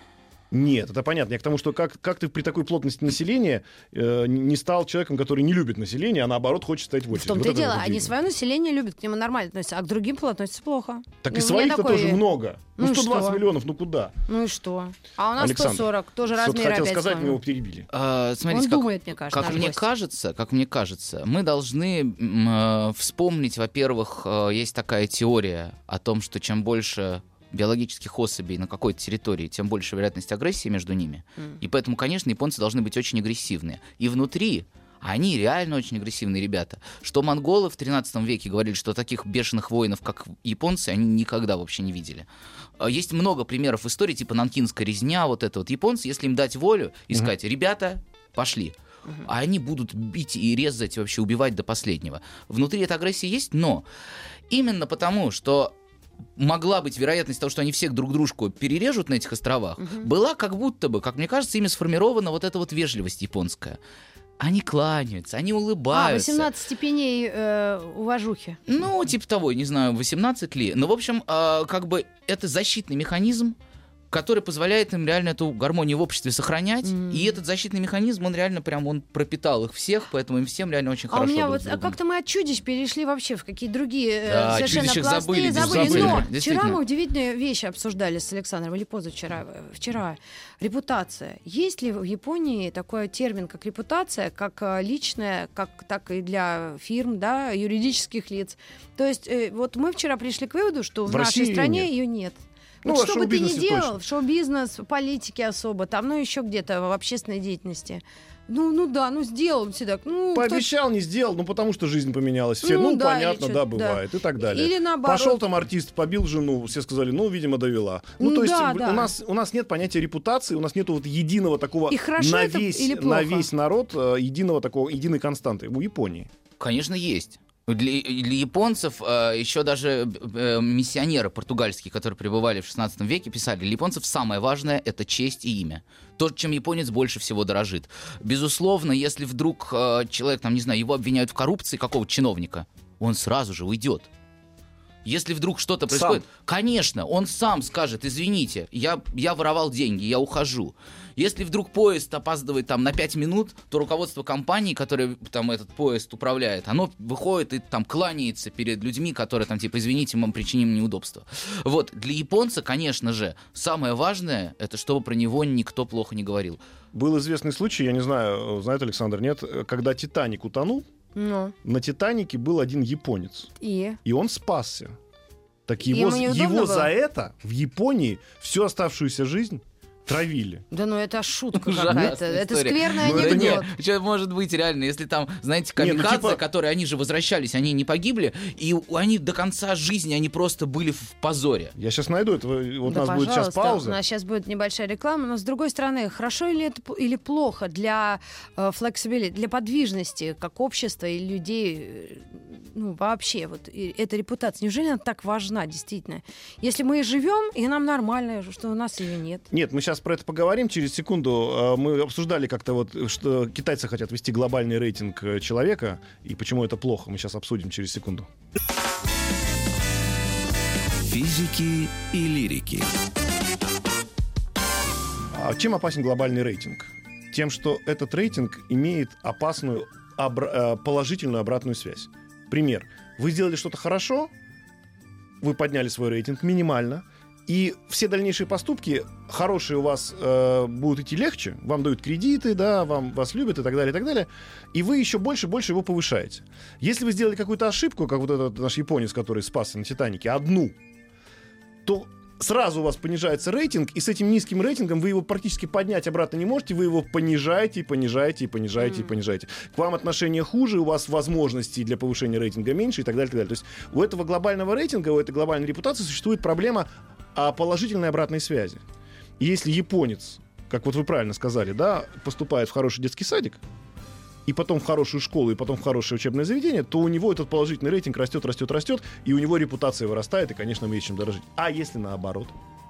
Нет, это понятно. Я к тому, что как, как ты при такой плотности населения э, не стал человеком, который не любит население, а наоборот хочет стоять в очереди. В том-то вот и дело, они свое население любят, к нему нормально относятся, а к другим относятся плохо. Так ну, и своих-то такой... тоже много. Ну, ну сто двадцать миллионов, ну куда? Ну и что? А у нас Александр, сто сорок, тоже размеры опять. Хотел сказать, мы его перебили. А, смотрите, Он как, думает, мне кажется, как мне гость. кажется, как мне кажется, мы должны э, вспомнить, во-первых, э, есть такая теория о том, что чем больше биологических особей на какой-то территории, тем больше вероятность агрессии между ними. Mm. И поэтому, конечно, японцы должны быть очень агрессивные. И внутри они реально очень агрессивные ребята. Что монголы в тринадцатом веке говорили, что таких бешеных воинов, как японцы, они никогда вообще не видели. Есть много примеров в истории, типа Нанкинская резня, вот это вот. Японцы, если им дать волю и сказать, mm-hmm. ребята, пошли. Uh-huh. А они будут бить и резать, и вообще убивать до последнего. Внутри эта агрессия есть, но именно потому, что могла быть вероятность того, что они всех друг дружку перережут на этих островах, uh-huh. была как будто бы, как мне кажется, ими сформирована вот эта вот вежливость японская. Они кланяются, они улыбаются. А, восемнадцать степеней э, уважухи. Ну, типа того, не знаю, восемнадцать ли. Но, в общем, э, как бы это защитный механизм, который позволяет им реально эту гармонию в обществе сохранять. Mm. И этот защитный механизм, он реально прям, он пропитал их всех, поэтому им всем реально очень а хорошо. А у меня вот, а как-то мы от чудищ перешли вообще в какие-то другие да, совершенно пласты. Забыли, забыли. забыли. Но вчера мы удивительные вещи обсуждали с Александром, или позавчера, вчера. Репутация. Есть ли в Японии такой термин, как репутация, как личная, как, так и для фирм, да, юридических лиц? То есть э, вот мы вчера пришли к выводу, что в, в нашей стране ее нет. Вот ну, что бы ты ни делал, точно. В шоу-бизнес, в политике особо, там, ну, еще где-то в общественной деятельности. Ну, ну да, ну сделал всегда. Ну, пообещал, кто... не сделал, ну потому что жизнь поменялась. Все, ну, ну да, понятно, да, бывает, да. И так далее. Или наоборот. Пошел там артист, побил жену, все сказали, ну, видимо, довела. Ну, ну то да, есть да. у нас у нас нет понятия репутации, у нас нету вот единого такого на весь, на весь народ единого такого, единой константы. У Японии. Конечно, есть. Для, для японцев э, еще даже э, миссионеры португальские, которые пребывали в шестнадцатом веке, писали, для японцев самое важное — это честь и имя. То, чем японец больше всего дорожит. Безусловно, если вдруг э, человек, там, не знаю, его обвиняют в коррупции, какого-то чиновника, он сразу же уйдет. Если вдруг что-то происходит, сам. Конечно, он сам скажет: извините, я, я воровал деньги, я ухожу. Если вдруг поезд опаздывает там на пять минут, то руководство компании, которое там этот поезд управляет, оно выходит и там кланяется перед людьми, которые там типа: извините, мы причиним неудобства. Вот, для японца, конечно же, самое важное — это чтобы про него никто плохо не говорил. Был известный случай, я не знаю, знает Александр, нет, когда «Титаник» утонул, но. На «Титанике» был один японец. И? И он спасся. Так его, его за это в Японии всю оставшуюся жизнь травили. Да ну это шутка какая-то. Это скверный анекдот. Что может быть реально, если там, знаете, камикадзе, ну, типа... которые, они же возвращались, они не погибли, и они до конца жизни, они просто были в позоре. Я сейчас найду это. Вот да, у нас будет сейчас пауза. У нас сейчас будет небольшая реклама, но с другой стороны, хорошо или это или плохо для э, flexibility, для подвижности как общества и людей, ну вообще, вот и, эта репутация, неужели она так важна, действительно? Если мы живем, и нам нормально, что у нас ее нет. Нет, мы сейчас про это поговорим через секунду. Мы обсуждали как-то вот, что китайцы хотят ввести глобальный рейтинг человека, и почему это плохо. Мы сейчас обсудим через секунду. Физики и лирики. А чем опасен глобальный рейтинг? Тем, что этот рейтинг имеет опасную обра- положительную обратную связь. Пример. Вы сделали что-то хорошо, вы подняли свой рейтинг минимально, и все дальнейшие поступки хорошие у вас э, будут идти легче, вам дают кредиты, да, вам, вас любят и так далее, и так далее, и вы еще больше и больше его повышаете. Если вы сделали какую-то ошибку, как вот этот наш японец, который спасся на «Титанике», одну, то сразу у вас понижается рейтинг, и с этим низким рейтингом вы его практически поднять обратно не можете, вы его понижаете, и понижаете, и понижаете, mm. и понижаете. К вам отношение хуже, у вас возможностей для повышения рейтинга меньше, и так далее, и так далее. То есть у этого глобального рейтинга, у этой глобальной репутации существует проблема о положительной обратной связи. И если японец, как вот вы правильно сказали, да, поступает в хороший детский садик, и потом в хорошую школу, и потом в хорошее учебное заведение, то у него этот положительный рейтинг растет, растет, растет, и у него репутация вырастает, и, конечно, мы есть чем дорожить. А если наоборот?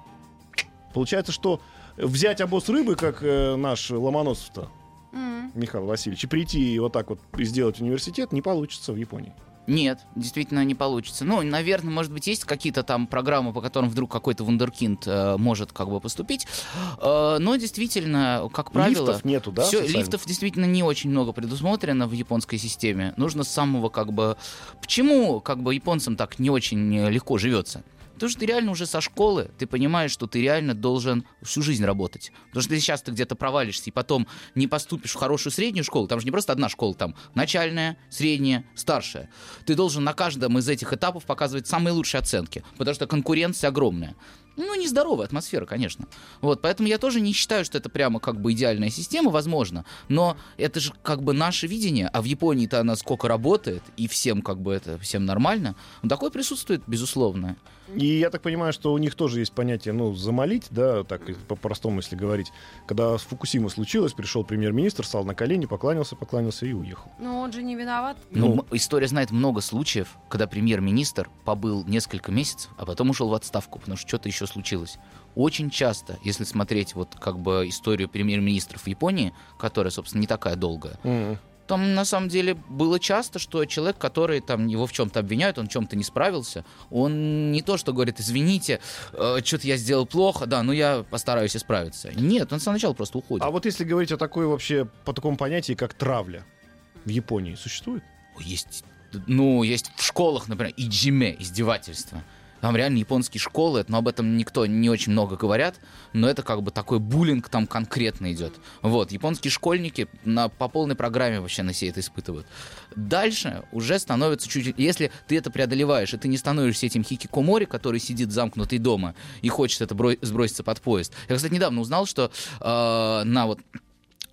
Получается, что взять обоз рыбы, как э, наш Ломоносов-то, mm. Михаил Васильевич, и прийти и вот так вот сделать университет, не получится в Японии. Нет, действительно не получится. Ну, наверное, может быть, есть какие-то там программы, по которым вдруг какой-то вундеркинд э, может как бы поступить. Э, но действительно, как правило... Лифтов нету, да? Все, лифтов действительно не очень много предусмотрено в японской системе. Нужно с самого как бы... Почему как бы японцам так не очень легко живется? Потому что ты реально уже со школы, ты понимаешь, что ты реально должен всю жизнь работать. Потому что если сейчас ты где-то провалишься и потом не поступишь в хорошую среднюю школу, там же не просто одна школа, там начальная, средняя, старшая. Ты должен на каждом из этих этапов показывать самые лучшие оценки, потому что конкуренция огромная. Ну, нездоровая атмосфера, конечно. Вот, поэтому я тоже не считаю, что это прямо как бы идеальная система, возможно, но это же как бы наше видение, а в Японии-то она сколько работает, и всем как бы это, всем нормально. Ну, такое присутствует, безусловно. И я так понимаю, что у них тоже есть понятие, ну, замолить, да, так по-простому, если говорить. Когда с Фукусимой случилось, пришел премьер-министр, стал на колени, поклонился, поклонился и уехал. Но он же не виноват. Ну, ну, история знает много случаев, когда премьер-министр побыл несколько месяцев, а потом ушел в отставку, потому что что-то еще случилось. Очень часто, если смотреть вот как бы историю премьер-министров в Японии, которая, собственно, не такая долгая, mm-hmm. там на самом деле было часто, что человек, который там его в чем-то обвиняют, он в чем-то не справился, он не то, что говорит: извините, э, что-то я сделал плохо, да, но я постараюсь исправиться. Нет, он сначала просто уходит. А вот если говорить о такой вообще, по такому понятию, как травля, в Японии существует? Есть, ну, есть в школах, например, иджиме, издевательство. Там реально японские школы, но об этом никто не очень много говорят, но это как бы такой буллинг там конкретно идет. Вот, японские школьники на, по полной программе вообще на все это испытывают. Дальше уже становится чуть... Если ты это преодолеваешь, и ты не становишься этим хикикомори, который сидит замкнутый дома и хочет это бро... сброситься под поезд. Я, кстати, недавно узнал, что э, на вот...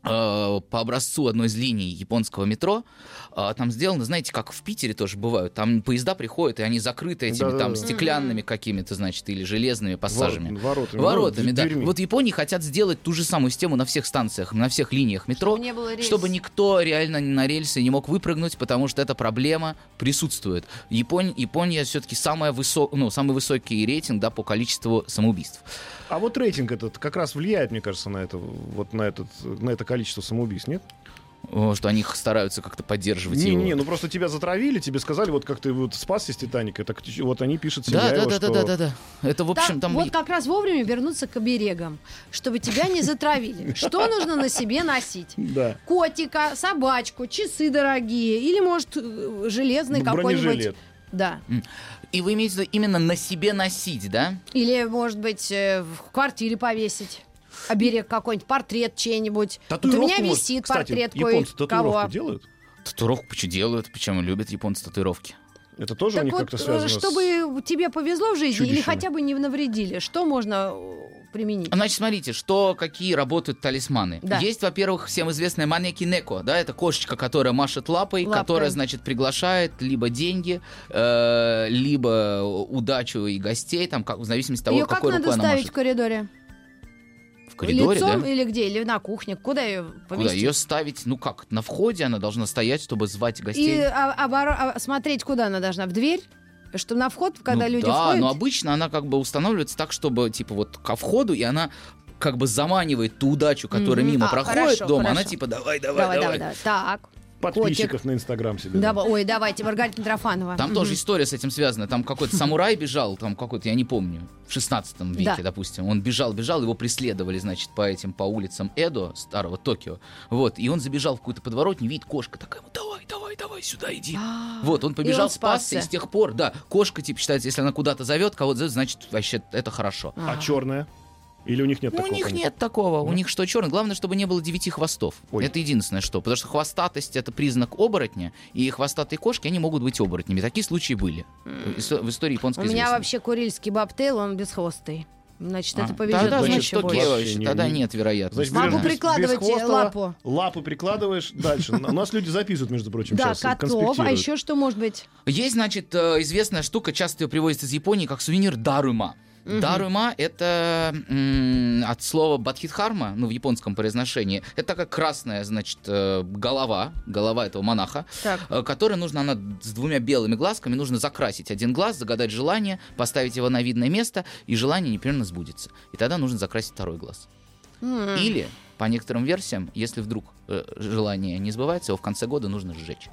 по образцу одной из линий японского метро. Там сделано, знаете, как в Питере тоже бывают. Там поезда приходят, и они закрыты этими да, там да, стеклянными да. какими-то, значит, или железными пассажами. Воротами. Воротами, да. Дверьми. Вот в Японии хотят сделать ту же самую систему на всех станциях, на всех линиях метро, чтобы, чтобы никто реально на рельсы не мог выпрыгнуть, потому что эта проблема присутствует. Япония, Япония все-таки самая высо... ну, самый высокий рейтинг, да, по количеству самоубийств. А вот рейтинг этот как раз влияет, мне кажется, на это, вот на, этот, на это количество самоубийств, нет? Что они стараются как-то поддерживать не, его. Не, ну просто тебя затравили, тебе сказали, вот как ты вот спасся из Титаника, так вот они пишут себе, да, да, его, да, что... да, да, да, да. Это, в общем, так, там... Вот как раз вовремя вернуться к оберегам, чтобы тебя не затравили. Что нужно на себе носить? Да. Котика, собачку, часы дорогие, или, может, железный какой-нибудь... Да. И вы имеете в виду именно на себе носить, да? Или, может быть, в квартире повесить. Оберег какой-нибудь, портрет чей-нибудь. Вот у меня висит Кстати, портрет японцы кое-кого. Татуировку делают? Татуировку почему делают? Почему любят японцы татуировки? Это тоже так у них вот, как-то связано чтобы с... тебе повезло в жизни чудищами. Или хотя бы не навредили, что можно применить? Значит, смотрите, что, какие работают талисманы. Да. Есть, во-первых, всем известная манеки неко, да, это кошечка, которая машет лапой, Лапкой. которая, значит, приглашает либо деньги, э, либо удачу и гостей, там, как, в зависимости от того, Её какой рукой она машет. Её как надо ставить в коридоре? В коридоре, лицом да? или где? Или на кухне? Куда ее поместить? Куда? Ее ставить, ну как, на входе она должна стоять, чтобы звать гостей. И а, оборо... а, смотреть, куда она должна? В дверь? Что на вход, когда ну, люди да, входят? но обычно она как бы устанавливается так, чтобы, типа, вот ко входу, и она как бы заманивает ту удачу, которая mm-hmm. мимо а, проходит хорошо, дома, хорошо. она типа, давай, давай, давай. давай. давай, давай. Так. Подписчиков котик. На Инстаграм себе. Да, да. Ой, давайте, Маргарита Митрофанова. Там mm-hmm. тоже история с этим связана. Там какой-то самурай бежал, там какой-то, я не помню, в шестнадцатом веке, да. допустим. Он бежал, бежал, его преследовали, значит, по этим, по улицам Эдо, старого Токио. Вот, и он забежал в какую-то подворотню, видит, кошка такая, давай, давай, давай, сюда иди. Вот, он побежал, он спасся. спасся, и с тех пор, да, кошка, типа, считается, если она куда-то зовет, кого-то зовет, значит, вообще это хорошо. А, а черная? Или у них нет ну, такого? У них понятия? нет такого. Да? У них что черный. Главное, чтобы не было девяти хвостов. Ой. Это единственное что. Потому что хвостатость — это признак оборотня, и хвостатые кошки, они могут быть оборотнями. Такие случаи были mm. в истории японской У меня известны. вообще курильский бобтейл, он бесхвостый. Значит, а, это повезет тогда, мне значит, еще окей, больше. не, тогда нет вероятности. Могу прикладывать лапу. Лапу прикладываешь. Дальше. У нас люди записывают, между прочим, да, сейчас. котов. А еще что может быть? Есть, значит, известная штука, часто ее привозят из Японии, как сувенир дарума. Uh-huh. Дарума — это м- от слова бадхидхарма, ну, в японском произношении. Это такая красная, значит, голова, голова этого монаха, так. которая нужно, она с двумя белыми глазками, нужно закрасить один глаз, загадать желание, поставить его на видное место, и желание непременно сбудется. И тогда нужно закрасить второй глаз. Uh-huh. Или, по некоторым версиям, если вдруг э, желание не сбывается, его в конце года нужно сжечь.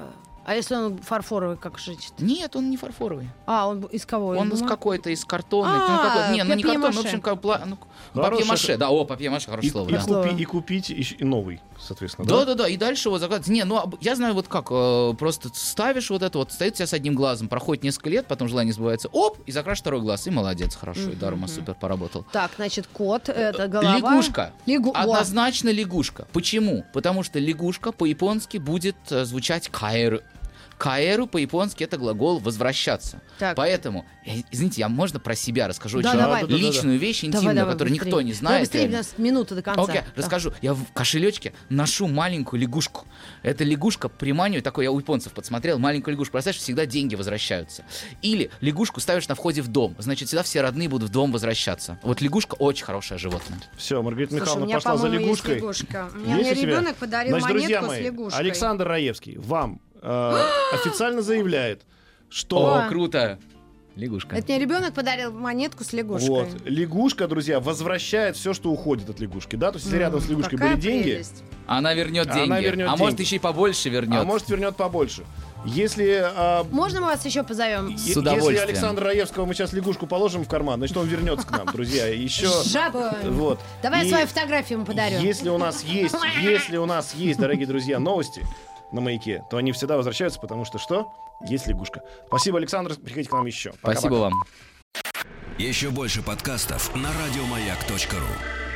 А если он фарфоровый, как жечь? Нет, он не фарфоровый. А, он из кого? Он из какой-то, из картона. А, ну, какой, не, ну не картон, ну, в общем, как, ну, папье-маше. Да, о, папье-маше, хорошее и, слово. И, да. купи, и купить и, и новый, соответственно. Да, да, да, да, и дальше его загадать. Не, ну, я знаю вот как, э, просто ставишь вот это вот, стоит у тебя с одним глазом, проходит несколько лет, потом желание сбывается, оп, и закрашиваешь второй глаз, и молодец, хорошо, uh-huh, и Дарума uh-huh. супер поработал. Так, значит, кот, это голова. Лягушка. Лягу... Однозначно лягушка. Почему? Потому что лягушка по-японски будет э, звучать каэру. Каэру по-японски это глагол «возвращаться». Так. Поэтому, извините, я можно про себя расскажу да, очень давай. личную вещь, интимную, давай, давай, которую быстрее. никто не знает. Давай быстрее, у нас минута до конца. Окей, okay, да. расскажу. Я в кошелечке ношу маленькую лягушку. Эта лягушка приманивает, такой я у японцев подсмотрел, маленькую лягушку, представляешь, всегда деньги возвращаются. Или лягушку ставишь на входе в дом, значит, всегда все родные будут в дом возвращаться. Вот лягушка очень хорошее животное. Все, Маргарита Слушай, Михайловна меня, пошла за лягушкой. Есть лягушка. У меня, меня ребенок подарил Значит, монетку друзья мои, с лягушкой. Александр Раевский вам э, официально заявляет, что... О, круто! Лягушка. Это мне ребенок подарил монетку с лягушкой. Вот. Лягушка, друзья, возвращает все, что уходит от лягушки. Да? То есть, если mm, рядом с лягушкой были деньги... Прелесть. Она вернет деньги. Она вернет а деньги. может, еще и побольше вернет. А может, вернет побольше. Если... А... Можно мы вас еще позовем? С удовольствием. Если Александра Раевского мы сейчас лягушку положим в карман, значит, он вернется к нам, друзья. Еще... Жабу! Вот. Давай И я свою фотографию ему подарю. Если у нас есть, если у нас есть, дорогие друзья, новости на Маяке, то они всегда возвращаются, потому что что? Есть лягушка. Спасибо, Александр. Приходите к нам еще. Пока-пока. Спасибо вам. Еще больше подкастов на радиомаяк точка ру.